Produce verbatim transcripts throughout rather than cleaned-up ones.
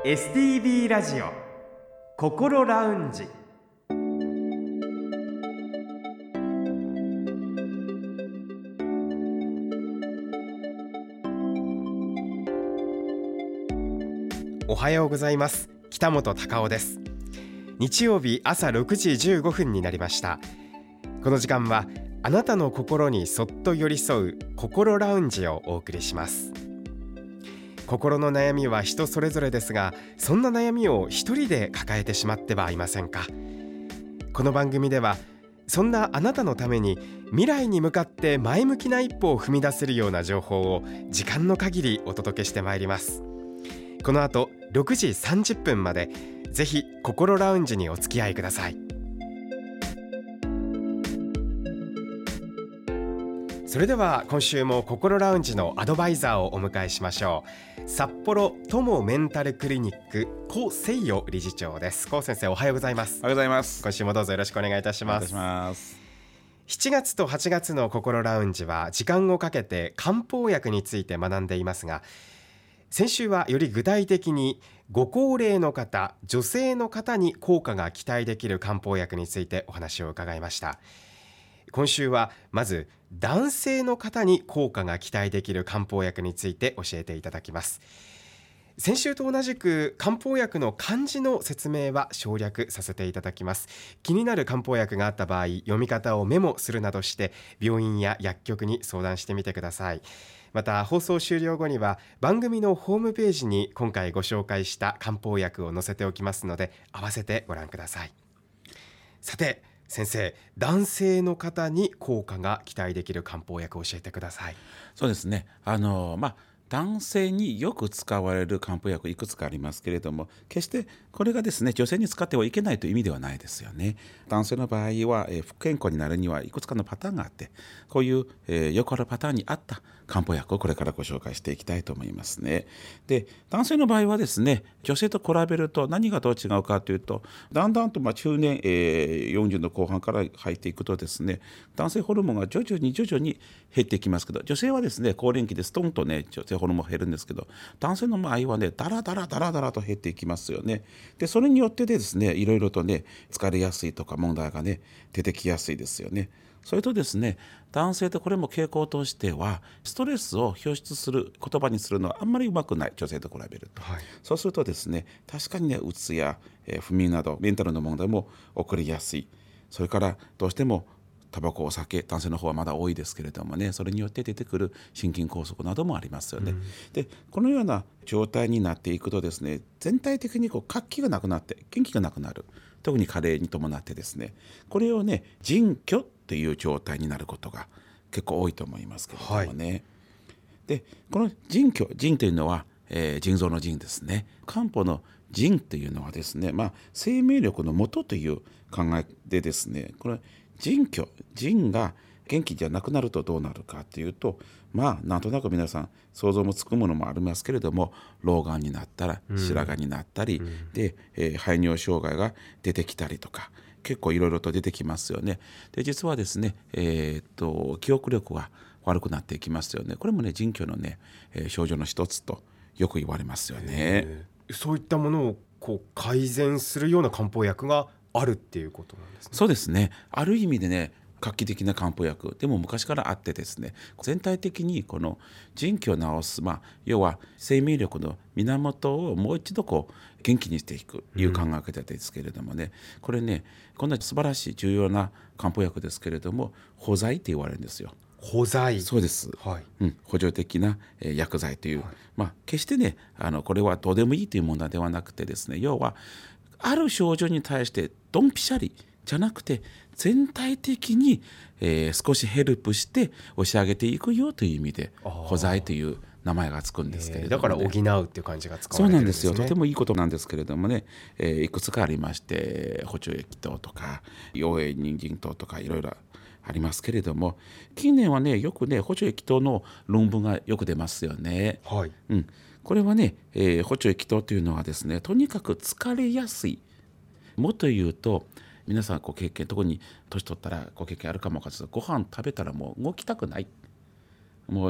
エスティービー ラジオ心ラウンジ。おはようございます。北本孝夫です。日曜日朝ろくじじゅうごふんになりました。この時間はあなたの心にそっと寄り添う心ラウンジをお送りします。心の悩みは人それぞれですが、そんな悩みを一人で抱えてしまってはいませんか。この番組ではそんなあなたのために未来に向かって前向きな一歩を踏み出せるような情報を時間の限りお届けしてまいります。この後ろくじさんじゅっぷんまでぜひ心ラウンジにお付き合いください。それでは今週も心ラウンジのアドバイザーをお迎えしましょう。札幌友メンタルクリニック高誠代理事長です。高先生、おはようございます。 おはようございます。 今週もどうぞよろしくお願いいたします。 お願いします。 しちがつとはちがつの心ラウンジは時間をかけて漢方薬について学んでいますが、先週はより具体的にご高齢の方、女性の方に効果が期待できる漢方薬についてお話を伺いました。今週はまず男性の方に効果が期待できる漢方薬について教えていただきます。先週と同じく漢方薬の漢字の説明は省略させていただきます。気になる漢方薬があった場合、読み方をメモするなどして病院や薬局に相談してみてください。また放送終了後には番組のホームページに今回ご紹介した漢方薬を載せておきますので、合わせてご覧ください。さて先生、男性の方に効果が期待できる漢方薬を教えてください。 そうですね。あのまあ男性によく使われる漢方薬いくつかありますけれども、決してこれがですね女性に使ってはいけないという意味ではないですよね。男性の場合は、えー、不健康になるにはいくつかのパターンがあって、こういう、えー、よくあるパターンに合った漢方薬をこれからご紹介していきたいと思いますね。で、男性の場合はですね、女性と比べると何がどう違うかというと、だんだんとまあ中年、えー、よんじゅうの後半から入っていくとですね、男性ホルモンが徐々に徐々に減っていきますけど、女性はですね更年期でストンとね女性ホルモン減るんですけど、男性の場合はねダラダラダラダラと減っていきますよね。でそれによってですね、いろいろとね疲れやすいとか問題がね出てきやすいですよね。それとですね、男性ってこれも傾向としてはストレスを表出する言葉にするのはあんまりうまくない、女性と比べると、はい、そうするとですね、確かにねうつや、えー、不眠などメンタルの問題も起こりやすい。それからどうしてもタバコ、お酒、男性の方はまだ多いですけれどもね、それによって出てくる心筋梗塞などもありますよね、うん、でこのような状態になっていくとですね、全体的にこう活気がなくなって元気がなくなる。特に加齢に伴ってですね、これをね腎虚という状態になることが結構多いと思いますけれどもね、はい、でこの腎虚、腎というのは、えー、腎臓の腎ですね。漢方の腎というのはですね、まあ、生命力の元という考えでですね、これ腎虚、腎が元気じゃなくなるとどうなるかというと、まあなんとなく皆さん想像もつくものもありますけれども、老眼になったら白髪になったり、うん、で、えー、排尿障害が出てきたりとか、結構いろいろと出てきますよね。で実はですね、えー、っと記憶力が悪くなっていきますよね。これもね腎虚のね、えー、症状の一つとよく言われますよね。 そういったものをこう改善するような漢方薬があるっていうことなんですね。 そうですね。ある意味でね画期的な漢方薬でも昔からあってですね、全体的にこの腎虚を治す、まあ、要は生命力の源をもう一度こう元気にしていくという考え方ですけれどもね、うん、これねこんな素晴らしい重要な漢方薬ですけれども、補剤って言われるんですよ。 補剤。 そうです、はい、うん、補助的な、えー、薬剤という、はい、まあ、決してねあのこれはどうでもいいという問題ではなくてですね、要はある症状に対してドンピシャリじゃなくて全体的に、えー、少しヘルプして押し上げていくよという意味で補剤という名前がつくんですけれども、ね、 だから補うっていう感じが使われてるんですね。 そうなんですよ。とてもいいことなんですけれどもね、えー、いくつかありまして、補助液糖とか陽栄人参糖とかいろいろありますけれども、近年はねよくね補助液糖の論文がよく出ますよね、はい、うん、これはね、えー、補助液糖というのはですね、とにかく疲れやすい。もっと言うと皆さんご経験、特に年取ったらご経験あるかもわからないですが、ご飯食べたらもう動きたくない、もう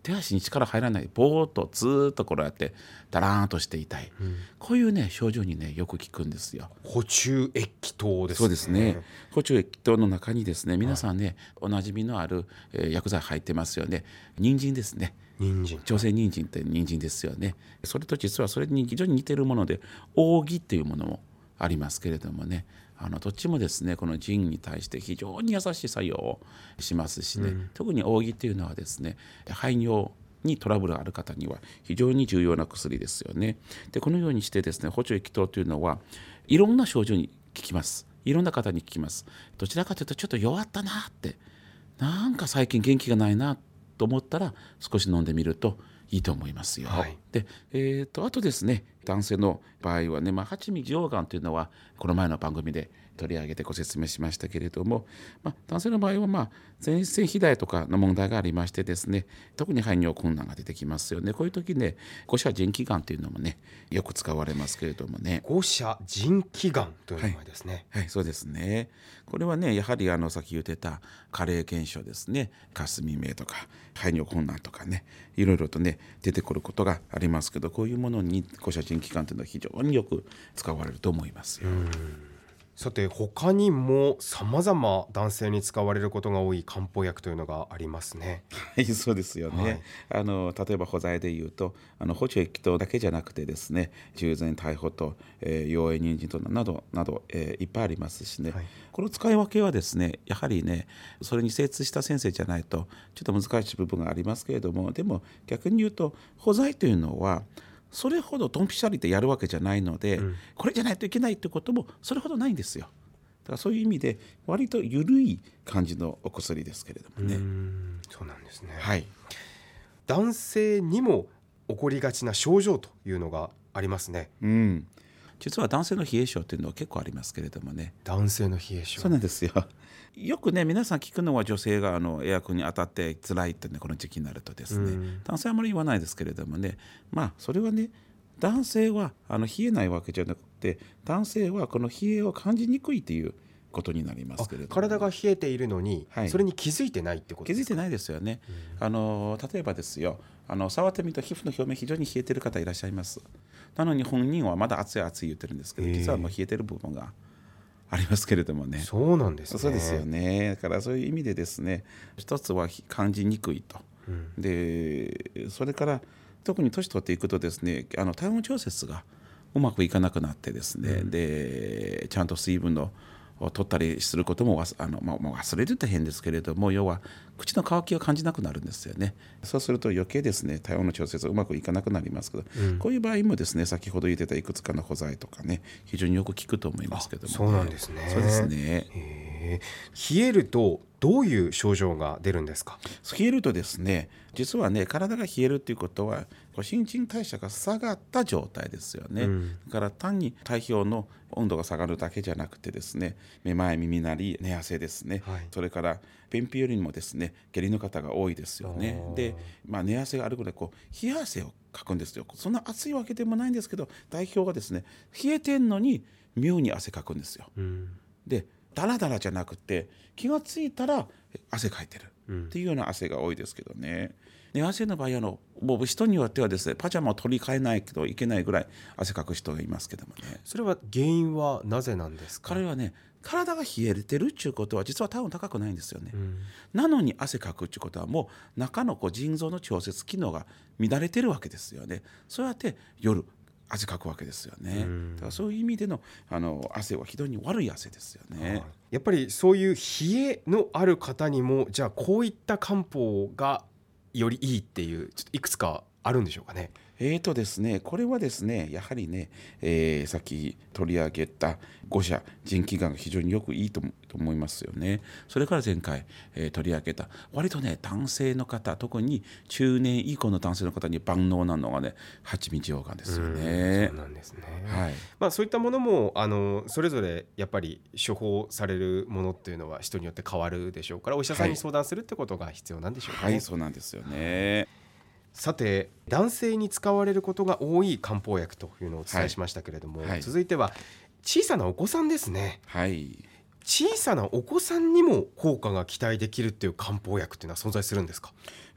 手足に力入らない、ぼーっとずーっとこうやってだらーんとしていたい、うん、こういうね症状にねよく聞くんですよ。 補充液糖ですね。 そうですね。補充液糖の中にですね、皆さんね、はい、おなじみのある、えー、薬剤入ってますよね。人参ですね。 人参、 朝鮮人参って人参ですよね。それと実はそれに非常に似ているもので扇っていうものもありますけれどもね、あのどっちもですねこの腎に対して非常に優しい作用をしますしね、うん、特に扇っていうのはですね排尿にトラブルがある方には非常に重要な薬ですよね。でこのようにしてですね補充液糖というのはいろんな症状に効きます。いろんな方に効きます。どちらかというとちょっと弱ったなって、なんか最近元気がないなと思ったら少し飲んでみるといいと思いますよ。はい、で、えー、とあとですね男性の場合はね、まあ、八味溶岩というのはこの前の番組で取り上げてご説明しましたけれども、まあ、男性の場合はまあ前性肥大とかの問題がありましてですね、特に排尿困難が出てきますよね。こういう時ね五車腎気丸というのもねよく使われますけれどもね。 五車腎気丸という名前ですね。 はい、はい、そうですね。これはねやはりあのさっき言ってた加齢現象ですね、霞目とか排尿困難とかねいろいろとね出てくることがありますけど、こういうものに五車腎気丸というのは非常によく使われると思いますよ。 さて他にも様々男性に使われることが多い漢方薬というのがありますね。 はい、そうですよね。はい、あの例えば補剤でいうとあの補充液糖だけじゃなくてですね、従前大補と、えー、養栄人参となどなど、えー、いっぱいありますしね、はい、この使い分けはですねやはりねそれに精通した先生じゃないとちょっと難しい部分がありますけれども、でも逆に言うと補剤というのはそれほどドンピシャリでやるわけじゃないので、うん、これじゃないといけないってこともそれほどないんですよ。だからそういう意味で割と緩い感じのお薬ですけれどもね。 うーん、そうなんですね。 はい、 男性にも起こりがちな症状というのがありますね。 うん、実は男性の冷え症というのは結構ありますけれどもね。 男性の冷え症、 そうなんですよ。よくね皆さん聞くのは女性があのエアコンに当たって辛いってねこの時期になるとですね、男性はあまり言わないですけれどもね、まあそれはね男性はあの冷えないわけじゃなくて、男性はこの冷えを感じにくいということになりますけれども、 体が冷えているのに、はい、それに気づいてないってことですか？ 気づいてないですよね。あの例えばですよ、あの触ってみると皮膚の表面非常に冷えてる方いらっしゃいます。なのに本人はまだ熱い熱い言ってるんですけど、実はもう冷えてる部分がありますけれどもね。 そうなんですね。 そうですよね。だからそういう意味でですね、一つは感じにくいと、うん、でそれから特に年取っていくとですね、あの体温調節がうまくいかなくなってですね、うん、でちゃんと水分のを取ったりすることもあの、まあ、忘れるって変ですけれども、要は口の渇きを感じなくなるんですよね。そうすると余計ですね体温の調節がうまくいかなくなりますけど、うん、こういう場合もですね先ほど言ってたいくつかの補剤とかね非常によく効くと思いますけども、ね、 そうなんですね。 そうですね。 へー、冷えるとどういう症状が出るんですか？ 冷えるとですね、実はね体が冷えるということは新陳代謝が下がった状態ですよね。うん、だから単に体表の温度が下がるだけじゃなくてですね、めまい耳鳴り寝汗ですね、はい、それから便秘よりもですね下痢の方が多いですよね。で、まあ、寝汗があるぐらいこう冷や汗をかくんですよ。そんな暑いわけでもないんですけど代表がですね冷えてんのに妙に汗かくんですよ。うん、でダラダラじゃなくて気がついたら汗かいてるっていうような汗が多いですけどね。寝汗の場合あのもう人によってはですねパジャマを取り替えないけどいけないぐらい汗かく人がいますけどもね。 それは原因はなぜなんですか？ 彼はね体が冷えてるっていうことは実は体温高くないんですよね。うん、なのに汗かくっていうことはもう中のこう腎臓の調節機能が乱れてるわけですよね。そうやって夜汗かくわけですよね。だからそういう意味での、あの汗は非常に悪い汗ですよね。 やっぱりそういう冷えのある方にもじゃあこういった漢方がよりいいっていうちょっといくつかあるんでしょうかね。 えーとですね、これはですねやはりね、えー、さっき取り上げた五社腎気丸が非常によくいいと思いますよね。それから前回、えー、取り上げた割とね男性の方特に中年以降の男性の方に万能なのがね八味溶岩ですよね。 そうなんですね。 はい、 まあ、そういったものもあのそれぞれやっぱり処方されるものっていうのは人によって変わるでしょうからお医者さんに相談するってことが必要なんでしょうかね。 はい、はい、そうなんですよね。 さて男性に使われることが多い漢方薬というのをお伝えしましたけれども、はいはい、続いては小さなお子さんですね。 はい、 小さなお子さんにも効果が期待できるっていう漢方薬っていうのは存在するんですか？ いや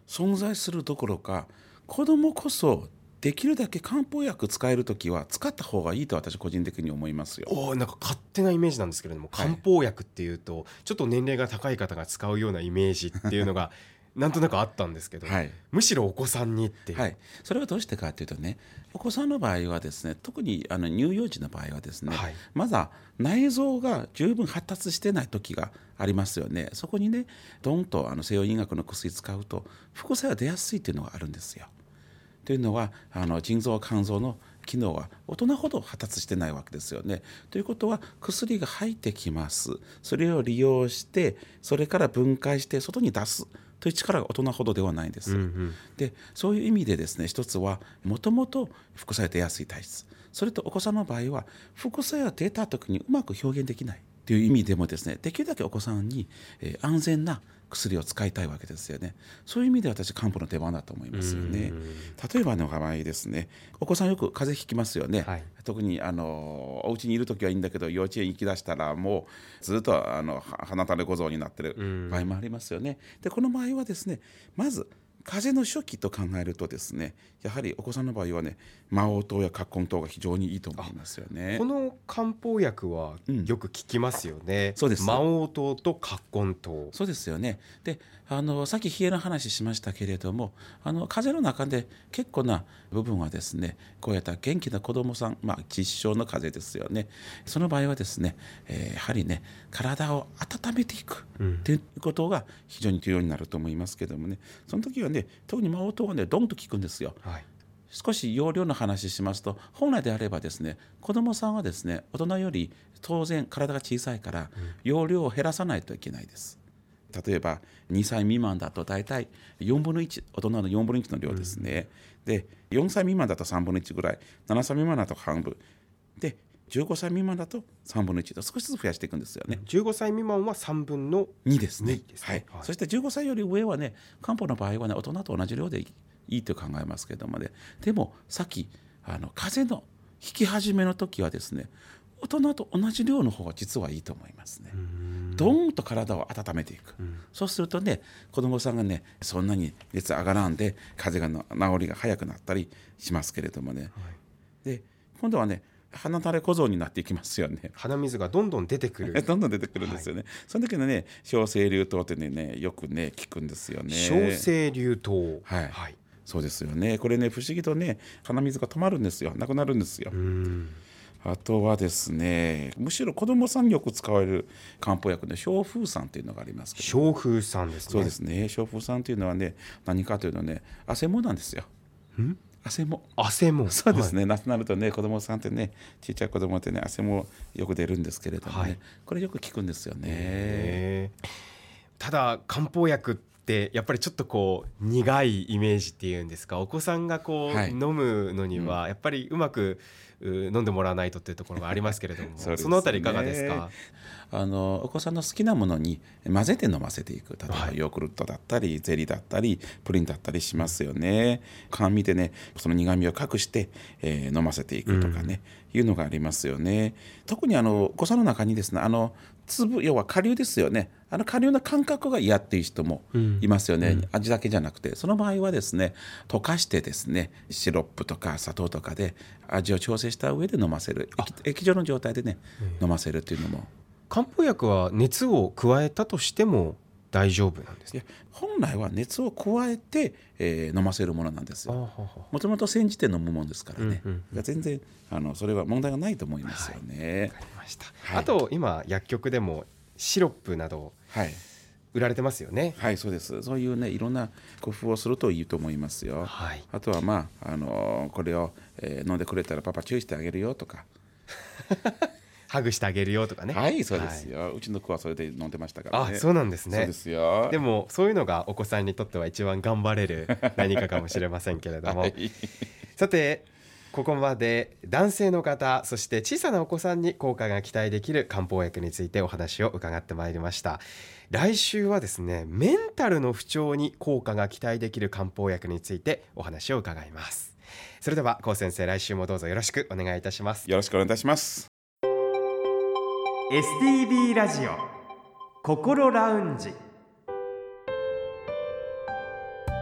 存在するどころか、子どもこそできるだけ漢方薬使えるときは使った方がいいと私個人的に思いますよ。 おなんか勝手なイメージなんですけれども、 はい漢方薬っていうとちょっと年齢が高い方が使うようなイメージっていうのがなんとなくあったんですけど、 はいむしろお子さんにっていう、 はい、それはどうしてかというとね、お子さんの場合はですね、特にあの乳幼児の場合はですね、 はい、 まだ内臓が十分発達してない時がありますよね。そこにね、ドンとあの西洋医学の薬使うと副作用が出やすいというのがあるんですよ。というのはあの腎臓肝臓の機能は大人ほど発達してないわけですよね。ということは薬が入ってきます。それを利用してそれから分解して外に出すという力が大人ほどではないんです。 うんうん、 でそういう意味でですね、一つはもともと副作用出やすい体質、それとお子さんの場合は副作用が出た時にうまく表現できないという意味でもですね、できるだけお子さんに、えー安全な薬を使いたいわけですよね。そういう意味で私漢方の出番だと思いますよね。 うん例えばの場合ですね、お子さんよく風邪ひきますよね。 はい、 特にあのお家にいる時はいいんだけど、幼稚園行きだしたらもうずっとあのは鼻垂れ小僧になってる場合もありますよね。でこの場合はですね、まず風邪の初期と考えるとですね、やはりお子さんの場合はね、麻黄湯や葛根湯が非常にいいと思いますよね。 この漢方薬はうんよく聞きますよね、 そうです。 麻黄湯と葛根湯。 そうですよね。であのさっき冷えの話しましたけれども、あの風邪の中で結構な部分はですね、こうやった元気な子どもさん、まあ、実症の風邪ですよね。その場合はですね、えーやはりね体を温めていくうんということが非常に重要になると思いますけどもね、その時はね、特に麻黄湯はねドンと効くんですよ。 はい、 少し容量の話しますと、本来であればですね、子どもさんはですね、大人より当然体が小さいから容量を減らさないといけないです。例えばにさい未満だと大体よんぶんのいち、大人のよんぶんのいちの量ですね。でよんさい未満だとさんぶんのいちぐらい、ななさい未満だと半分で、じゅうごさい未満だとさんぶんのいちと少しずつ増やしていくんですよね。 じゅうごさい未満はさんぶんのにですね。 にですねはいはいそしてじゅうごさいより上はね、漢方の場合はね、大人と同じ量でいいいいと考えますけどもね。でもさっきあの風邪の引き始めの時はですね、大人と同じ量の方が実はいいと思いますね。ドーンと体を温めていく、 うんそうするとね、子どもさんがねそんなに熱上がらんで風邪がの治りが早くなったりしますけれどもね、で今度はね鼻垂れ小僧になっていきますよね。 鼻水がどんどん出てくるどんどん出てくるんですよね。その時のね小生流湯ってねよくね聞くんですよね。 小生流湯、 はいはい、 そうですよね。これね不思議とね鼻水が止まるんですよ、なくなるんですよ。 うんあとはですね、むしろ子どもさんによく使われる漢方薬で小風散というのがありますけど、 小風散ですね。 そうですね、小風散というのはね何かというとね、汗もなんですよ。 ん汗も汗もそうですね、夏になるとね子どもさんってね、ちっちゃい子どもってね汗もよく出るんですけれどもね、 はいこれよく効くんですよね。 へーただ漢方薬ってやっぱりちょっとこう苦いイメージっていうんですか、お子さんがこう、 はい飲むのにはやっぱりうまくう飲んでもらわないとっていうところがありますけれどもそうですねそのあたりいかがですか？ あのお子さんの好きなものに混ぜて飲ませていく、例えばはいヨーグルトだったりゼリーだったりプリンだったりしますよね。甘味でねその苦味を隠して、えー飲ませていくとかね、いうのがありますよね。特にあのお子さんの中にですね、あの粒要は顆粒ですよね、あの顆粒の感覚が嫌っていう人もいますよね、 うん味だけじゃなくて、その場合はですね溶かしてですねシロップとか砂糖とかで味を調整した上で飲ませる、液液状の状態でね飲ませるっていうのも、 漢方薬は熱を加えたとしても大丈夫なんですか？ いや本来は熱を加えて、えー飲ませるものなんですよ。 あははもともと煎じて飲むもんですからね、 うんうんうん全然あのそれは問題がないと思いますよね。 わかりました、 はいあと今薬局でもシロップなどはい、 売られてますよね。 はい、そうです。そういうねいろんな工夫をするといいと思いますよ。 はいあとはまあ、あのこれを、えー飲んでくれたらパパ注意してあげるよとか。 ハグしてあげるよとかね。 はいそうですよ、うちの子はそれで飲んでましたからね。 あ、そうなんですね。 そうですよ。 でもそういうのがお子さんにとっては一番頑張れる何かかもしれませんけれども、 はいさてここまで男性の方そして小さなお子さんに効果が期待できる漢方薬についてお話を伺ってまいりました。来週はですねメンタルの不調に効果が期待できる漢方薬についてお話を伺います。それでは高先生、来週もどうぞよろしくお願いいたします。 よろしくお願いいたします。 エスティービー ラジオ心ラウンジ。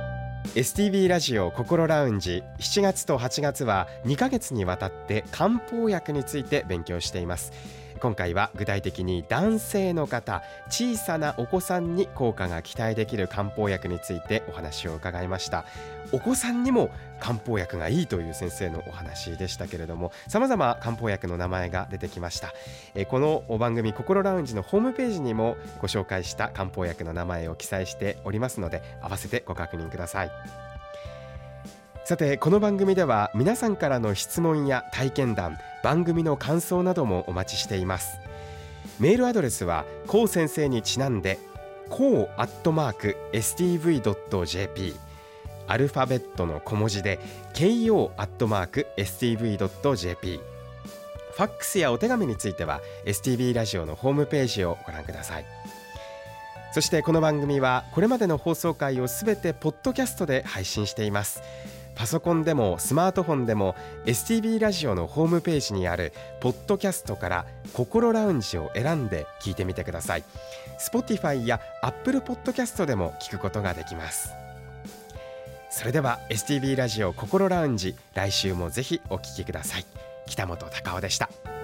エスティービー ラジオ心ラウンジ、しちがつとはちがつはにかげつにわたって漢方薬について勉強しています。今回は具体的に男性の方、小さなお子さんに効果が期待できる漢方薬についてお話を伺いました。お子さんにも漢方薬がいいという先生のお話でしたけれども、様々漢方薬の名前が出てきました。えこの番組心ラウンジのホームページにもご紹介した漢方薬の名前を記載しておりますので、合わせてご確認ください。さて、この番組では皆さんからの質問や体験談、番組の感想などもお待ちしています。メールアドレスはこう先生にちなんでこうアットマーク エスティーブイドットジェーピー、 アルファベットの小文字で ケーオー アットマーク エスティーブイドットジェーピー。 ファックスやお手紙については エスティービー ラジオのホームページをご覧ください。そしてこの番組はこれまでの放送回をすべてポッドキャストで配信しています。パソコンでもスマートフォンでも エスティービー ラジオのホームページにあるポッドキャストから心ラウンジを選んで聞いてみてください。 Spotify や Apple ポッドキャストでも聞くことができます。それでは エスティービー ラジオ心ラウンジ、来週もぜひお聞きください。北本隆夫でした。